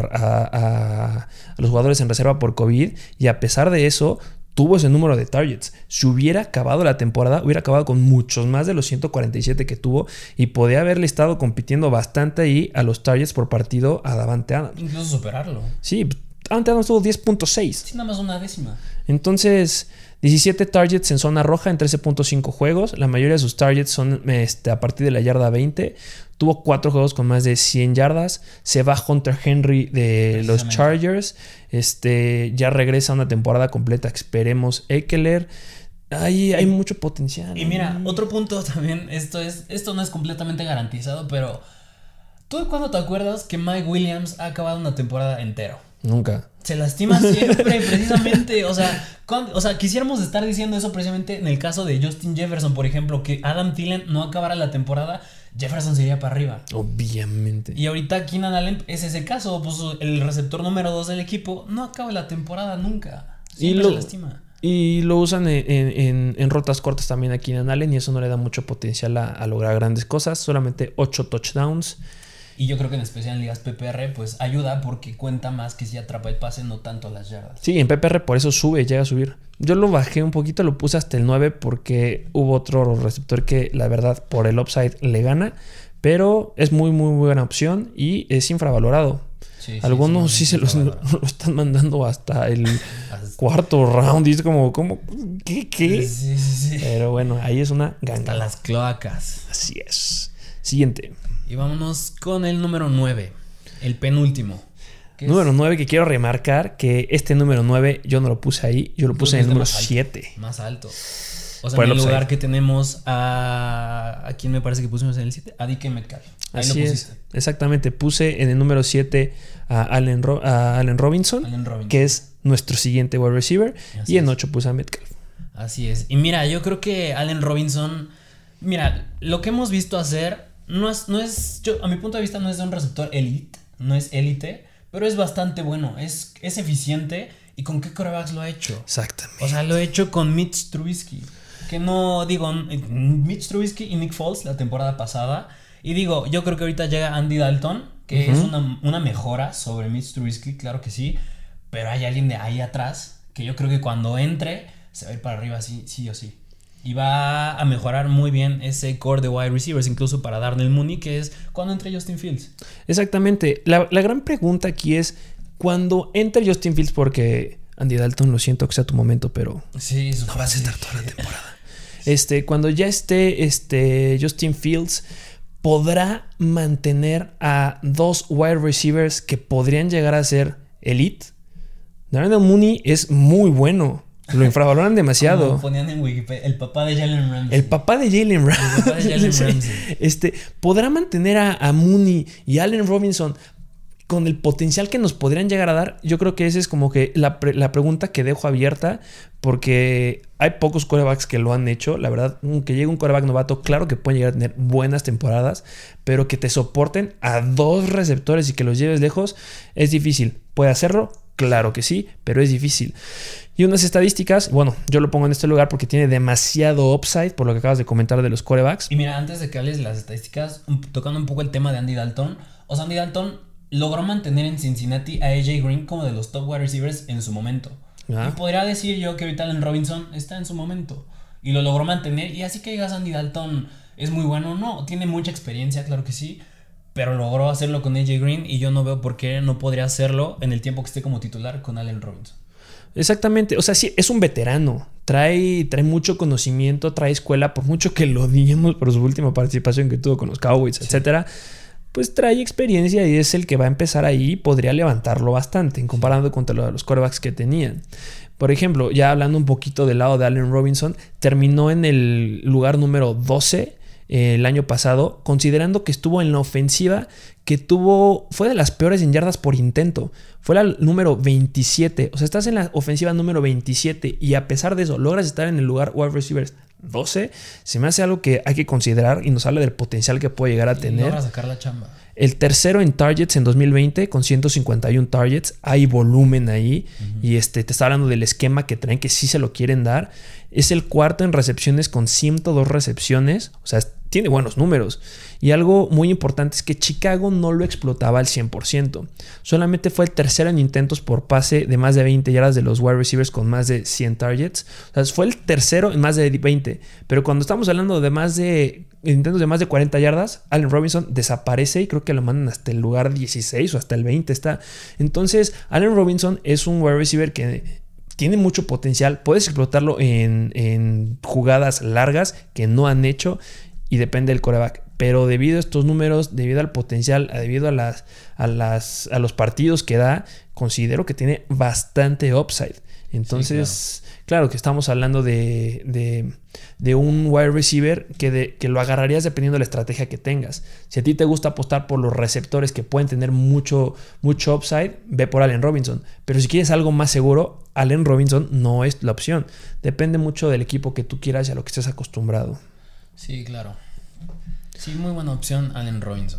a los jugadores en reserva por COVID. Y a pesar de eso, tuvo ese número de targets. Si hubiera acabado la temporada, hubiera acabado con muchos más de los 147 que tuvo y podía haberle estado compitiendo bastante ahí a los targets por partido a Davante Adams. Incluso superarlo. Sí, Davante Adams tuvo 10.6. Sí, nada más una décima. Entonces, 17 targets en zona roja en 13.5 juegos. La mayoría de sus targets son a partir de la yarda 20. Tuvo 4 juegos con más de 100 yardas. Se va Hunter Henry de los Chargers. Ya regresa a una temporada completa. Esperemos Ekeler. Hay mucho potencial. Y mira, otro punto también. Esto no es completamente garantizado, pero ¿tú cuándo te acuerdas que Mike Williams ha acabado una temporada entera? Nunca. Se lastima siempre, precisamente. O sea, quisiéramos estar diciendo eso precisamente en el caso de Justin Jefferson, por ejemplo, que Adam Thielen no acabara la temporada, Jefferson se iría para arriba. Obviamente. Y ahorita Keenan Allen es ese caso, pues el receptor número 2 del equipo no acaba la temporada nunca. Siempre se lastima. Y lo usan en rotas cortas también a Keenan Allen y eso no le da mucho potencial a lograr grandes cosas. Solamente 8 touchdowns. Y yo creo que en especial en ligas PPR pues ayuda porque cuenta más que si atrapa el pase, no tanto las yardas. Sí, en PPR por eso llega a subir. Yo lo bajé un poquito, lo puse hasta el 9 porque hubo otro receptor que la verdad por el upside le gana. Pero es muy muy buena opción y es infravalorado. Sí, algunos sí se lo están mandando hasta el cuarto round y es como ¿qué? Sí. Pero bueno, ahí es una ganga. Hasta las cloacas. Así es. Siguiente. Y vámonos con el número 9, el penúltimo. Número 9, que quiero remarcar que este número 9 yo no lo puse ahí, yo lo puse en el número 7. Más alto. O sea, en el lugar que tenemos ¿a quién me parece que pusimos en el 7? A DK Metcalf. Ahí así lo pusiste. Exactamente, puse en el número 7 a Allen Robinson, que es nuestro siguiente wide receiver, y en 8 puse a Metcalf. Así es. Y mira, yo creo que Allen Robinson, mira, lo que hemos visto hacer no es a mi punto de vista no es de un receptor elite, no es élite, pero es bastante bueno, es eficiente. ¿Y con qué quarterbacks lo ha hecho? Exactamente. O sea, lo ha hecho con Mitch Trubisky, que no digo Mitch Trubisky y Nick Foles la temporada pasada. Y digo, yo creo que ahorita llega Andy Dalton, que es una mejora sobre Mitch Trubisky, claro que sí, pero hay alguien de ahí atrás que yo creo que cuando entre se va a ir para arriba sí o sí. Y va a mejorar muy bien ese core de wide receivers, incluso para Darnell Mooney, que es cuando entre Justin Fields. Exactamente. La gran pregunta aquí es cuando entre Justin Fields, porque Andy Dalton, lo siento que sea tu momento, pero sí, no vas a estar toda la temporada. Cuando ya esté Justin Fields, ¿podrá mantener a 2 wide receivers que podrían llegar a ser elite? Darnell Mooney es muy bueno. Lo infravaloran demasiado. Como ponían en Wikipedia, el papá de Jalen Ramsey. El papá de Jalen Ramsey. ¿Podrá mantener a Mooney y Allen Robinson con el potencial que nos podrían llegar a dar? Yo creo que esa es como que la pregunta que dejo abierta, porque hay pocos quarterbacks que lo han hecho. La verdad, que llegue un quarterback novato, claro que pueden llegar a tener buenas temporadas, pero que te soporten a 2 receptores y que los lleves lejos es difícil. ¿Puede hacerlo? Claro que sí, pero es difícil. Y unas estadísticas, bueno, yo lo pongo en este lugar porque tiene demasiado upside por lo que acabas de comentar de los quarterbacks. Y mira, antes de que hables de las estadísticas, tocando un poco el tema de Andy Dalton. O sea, Andy Dalton logró mantener en Cincinnati a AJ Green como de los top wide receivers en su momento. Y podría decir yo que ahorita Allen Robinson está en su momento. Y lo logró mantener. Y así que digas Andy Dalton es muy bueno. No, tiene mucha experiencia, claro que sí. Pero logró hacerlo con AJ Green y yo no veo por qué no podría hacerlo en el tiempo que esté como titular con Allen Robinson. Exactamente, o sea, sí, es un veterano, trae mucho conocimiento, trae escuela, por mucho que lo odiemos por su última participación que tuvo con los Cowboys, etcétera. pues trae experiencia y es el que va a empezar ahí y podría levantarlo bastante en comparando contra los quarterbacks que tenían. Por ejemplo, ya hablando un poquito del lado de Allen Robinson, terminó en el lugar número 12 el año pasado, considerando que estuvo en la ofensiva fue de las peores en yardas por intento, fue la número 27, o sea, estás en la ofensiva número 27 y a pesar de eso logras estar en el lugar wide receivers 12, se me hace algo que hay que considerar y nos habla del potencial que puede llegar a tener. Logra sacar la chamba. El tercero en targets en 2020 con 151 targets. Hay volumen ahí. Y te está hablando del esquema que traen, que sí se lo quieren dar. Es el cuarto en recepciones con 102 recepciones. O sea, tiene buenos números. Y algo muy importante es que Chicago no lo explotaba al 100%. Solamente fue el tercero en intentos por pase de más de 20 yardas de los wide receivers con más de 100 targets. O sea, fue el tercero en más de 20. Pero cuando estamos hablando de intentos de más de 40 yardas, Allen Robinson desaparece y creo que lo mandan hasta el lugar 16 o hasta el 20 está. Entonces, Allen Robinson es un wide receiver que tiene mucho potencial. Puedes explotarlo en jugadas largas que no han hecho y depende del quarterback. Pero debido a estos números, debido al potencial, debido a los partidos que da, considero que tiene bastante upside. Entonces, sí, claro que estamos hablando de un wide receiver que lo agarrarías dependiendo de la estrategia que tengas. Si a ti te gusta apostar por los receptores que pueden tener mucho upside, ve por Allen Robinson. Pero si quieres algo más seguro, Allen Robinson no es la opción. Depende mucho del equipo que tú quieras y a lo que estés acostumbrado. Sí, claro. Sí, muy buena opción, Allen Robinson.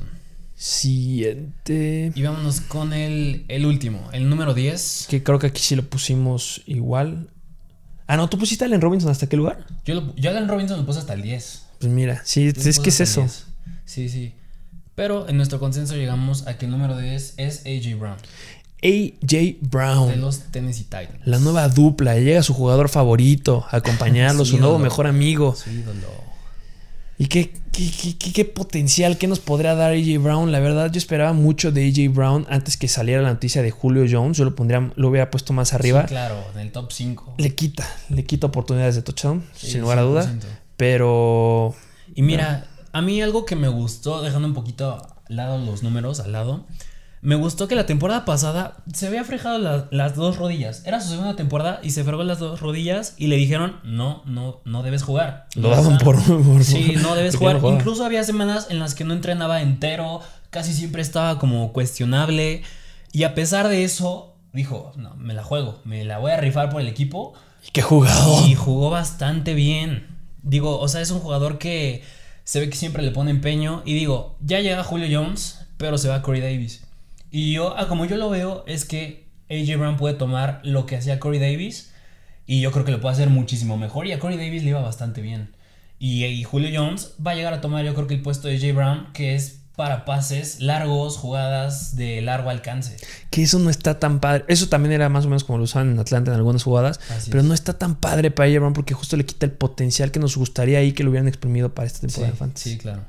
Siguiente. Y vámonos con el último, el número 10. Que creo que aquí sí lo pusimos igual. Ah, no, ¿tú pusiste a Allen Robinson hasta qué lugar? Yo a Allen Robinson lo puse hasta el 10. Pues mira, sí, es que es eso. 10. Sí. Pero en nuestro consenso llegamos a que el número 10 es A.J. Brown. A.J. Brown. De los Tennessee Titans. La nueva dupla. Llega su jugador favorito a acompañarlo, su nuevo mejor amigo. Su ídolo. ¿Y qué potencial, qué nos podría dar A.J. Brown? La verdad, yo esperaba mucho de A.J. Brown antes que saliera la noticia de Julio Jones. Yo lo hubiera puesto más arriba. Sí, claro, en el top 5. Le quita oportunidades de touchdown, sí, sin lugar a duda. Pero... Y mira, a mí algo que me gustó, dejando un poquito al lado los números, al lado... Me gustó que la temporada pasada se había fregado las dos rodillas. Era su segunda temporada y se fregó las dos rodillas y le dijeron, no debes jugar. Lo daban por sí, no debes jugar. Incluso había semanas en las que no entrenaba entero, casi siempre estaba como cuestionable. Y a pesar de eso, dijo, no, me la juego, me la voy a rifar por el equipo. ¿Y qué jugado? Y jugó bastante bien. Digo, o sea, es un jugador que se ve que siempre le pone empeño. Y digo, ya llega Julio Jones, pero se va Corey Davis. Y como yo lo veo, es que A.J. Brown puede tomar lo que hacía Corey Davis y yo creo que lo puede hacer muchísimo mejor. Y a Corey Davis le iba bastante bien. Y Julio Jones va a llegar a tomar, yo creo que el puesto de A.J. Brown, que es para pases largos, jugadas de largo alcance. Que eso no está tan padre. Eso también era más o menos como lo usaban en Atlanta en algunas jugadas. Pero no está tan padre para A.J. Brown porque justo le quita el potencial que nos gustaría ahí que lo hubieran exprimido para esta temporada de Fantasy. Sí, claro.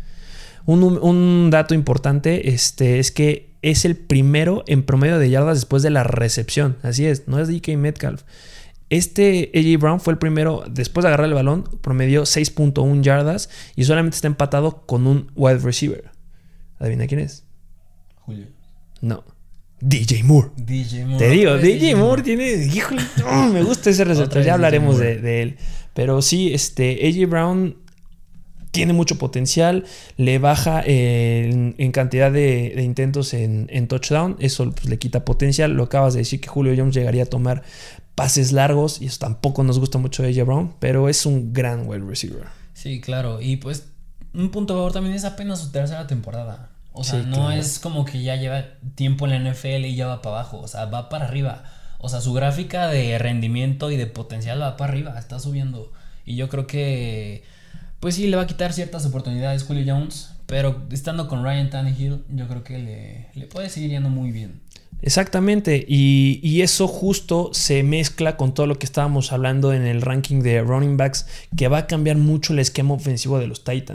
Un dato importante es que es el primero en promedio de yardas después de la recepción. Así es, no es DK Metcalf. A.J. Brown fue el primero, después de agarrar el balón, promedió 6.1 yardas y solamente está empatado con un wide receiver. ¿Adivina quién es? Julio. No. DJ Moore. Te digo, DJ Moore tiene... Híjole, me gusta ese receptor. Ya hablaremos de él. Pero sí, A.J. Brown... tiene mucho potencial, le baja en cantidad de intentos en touchdown, eso pues, le quita potencial. Lo acabas de decir que Julio Jones llegaría a tomar pases largos y eso tampoco nos gusta mucho de A.J. Brown, pero es un gran wide receiver. Sí, claro, y pues un punto a favor también es apenas su tercera temporada. O sea, sí, no claro. Es como que ya lleva tiempo en la NFL y ya va para abajo, o sea, va para arriba. O sea, su gráfica de rendimiento y de potencial va para arriba, está subiendo. Y yo creo que... pues sí, le va a quitar ciertas oportunidades Julio Jones, pero estando con Ryan Tannehill, yo creo que le puede seguir yendo muy bien. Exactamente, y eso justo se mezcla con todo lo que estábamos hablando en el ranking de running backs, que va a cambiar mucho el esquema ofensivo de los Titans.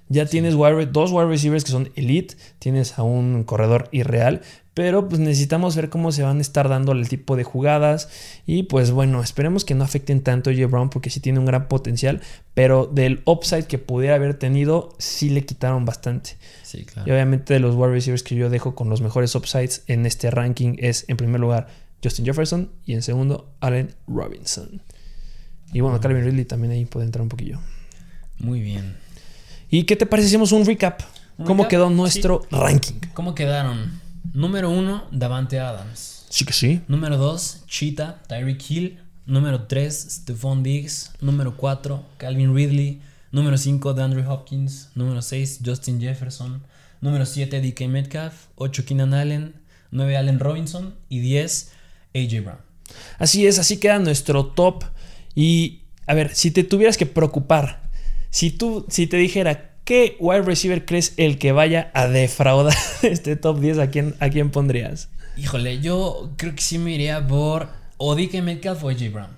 Ya tienes dos wide receivers que son elite, tienes a un corredor irreal, pero pues necesitamos ver cómo se van a estar dando el tipo de jugadas. Y pues bueno, esperemos que no afecten tanto a AJ Brown porque sí tiene un gran potencial, pero del upside que pudiera haber tenido, sí le quitaron bastante. Sí, claro. Y obviamente de los wide receivers que yo dejo con los mejores upsides en este ranking es, en primer lugar, Justin Jefferson y en segundo, Allen Robinson. Y bueno, Calvin Ridley también ahí puede entrar un poquillo. Muy bien. ¿Y qué te parece si hacemos un recap? ¿Cómo quedó nuestro ranking? ¿Cómo quedaron? Número 1, Davante Adams. Sí que sí. Número 2, Cheetah, Tyreek Hill. Número 3, Stephon Diggs. Número 4, Calvin Ridley. Número 5, DeAndre Hopkins. Número 6, Justin Jefferson. Número 7, DK Metcalf. 8, Keenan Allen. 9, Allen Robinson. Y 10, AJ Brown. Así es, así queda nuestro top. Y a ver, si te tuvieras que preocupar, si te dijera ¿qué wide receiver crees el que vaya a defraudar este top 10? ¿A quién pondrías? Híjole, yo creo que sí me iría por o DK Metcalf o AJ Brown.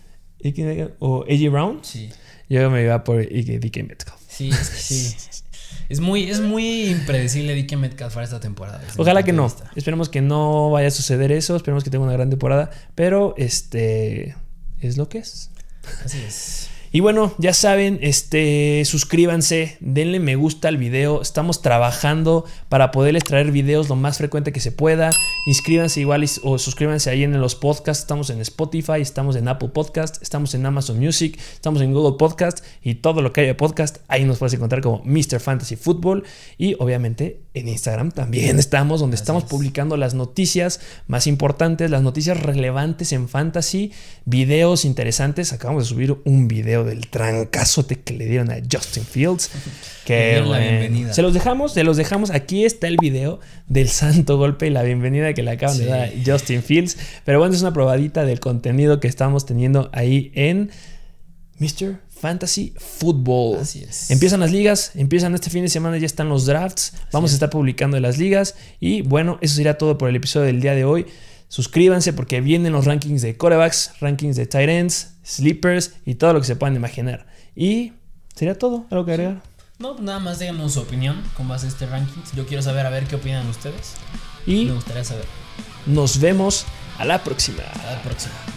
¿O AJ Brown? Sí. Yo me iba por DK Metcalf. Sí, es que sí. Es muy impredecible DK Metcalf para esta temporada. Ojalá que no. Esperemos que no vaya a suceder eso. Esperemos que tenga una gran temporada. Pero es lo que es. Así es. Y bueno, ya saben, suscríbanse, denle me gusta al video. Estamos trabajando para poderles traer videos lo más frecuente que se pueda. Inscríbanse igual o suscríbanse ahí en los podcasts. Estamos en Spotify, estamos en Apple Podcast, estamos en Amazon Music, estamos en Google Podcast y todo lo que haya de podcast. Ahí nos puedes encontrar como Mr. Fantasy Football. Y obviamente en Instagram también estamos, donde estamos publicando las noticias más importantes, las noticias relevantes en fantasy, videos interesantes. Acabamos de subir un video del trancazote que le dieron a Justin Fields. Que la bienvenida. Se los dejamos. Aquí está el video del santo golpe y la bienvenida que le acaban de dar a Justin Fields. Pero bueno, es una probadita del contenido que estamos teniendo ahí en Mr. Fantasy Football. Así es. Empiezan las ligas, empiezan este fin de semana, ya están los drafts. Vamos a estar publicando las ligas. Y bueno, eso sería todo por el episodio del día de hoy. Suscríbanse porque vienen los rankings de quarterbacks, rankings de tight ends, sleepers y todo lo que se puedan imaginar. Y sería todo. ¿Algo que agregar? No, nada más díganos su opinión con base a este ranking. Yo quiero saber a ver qué opinan ustedes. Y me gustaría saber. Nos vemos a la próxima. A la próxima.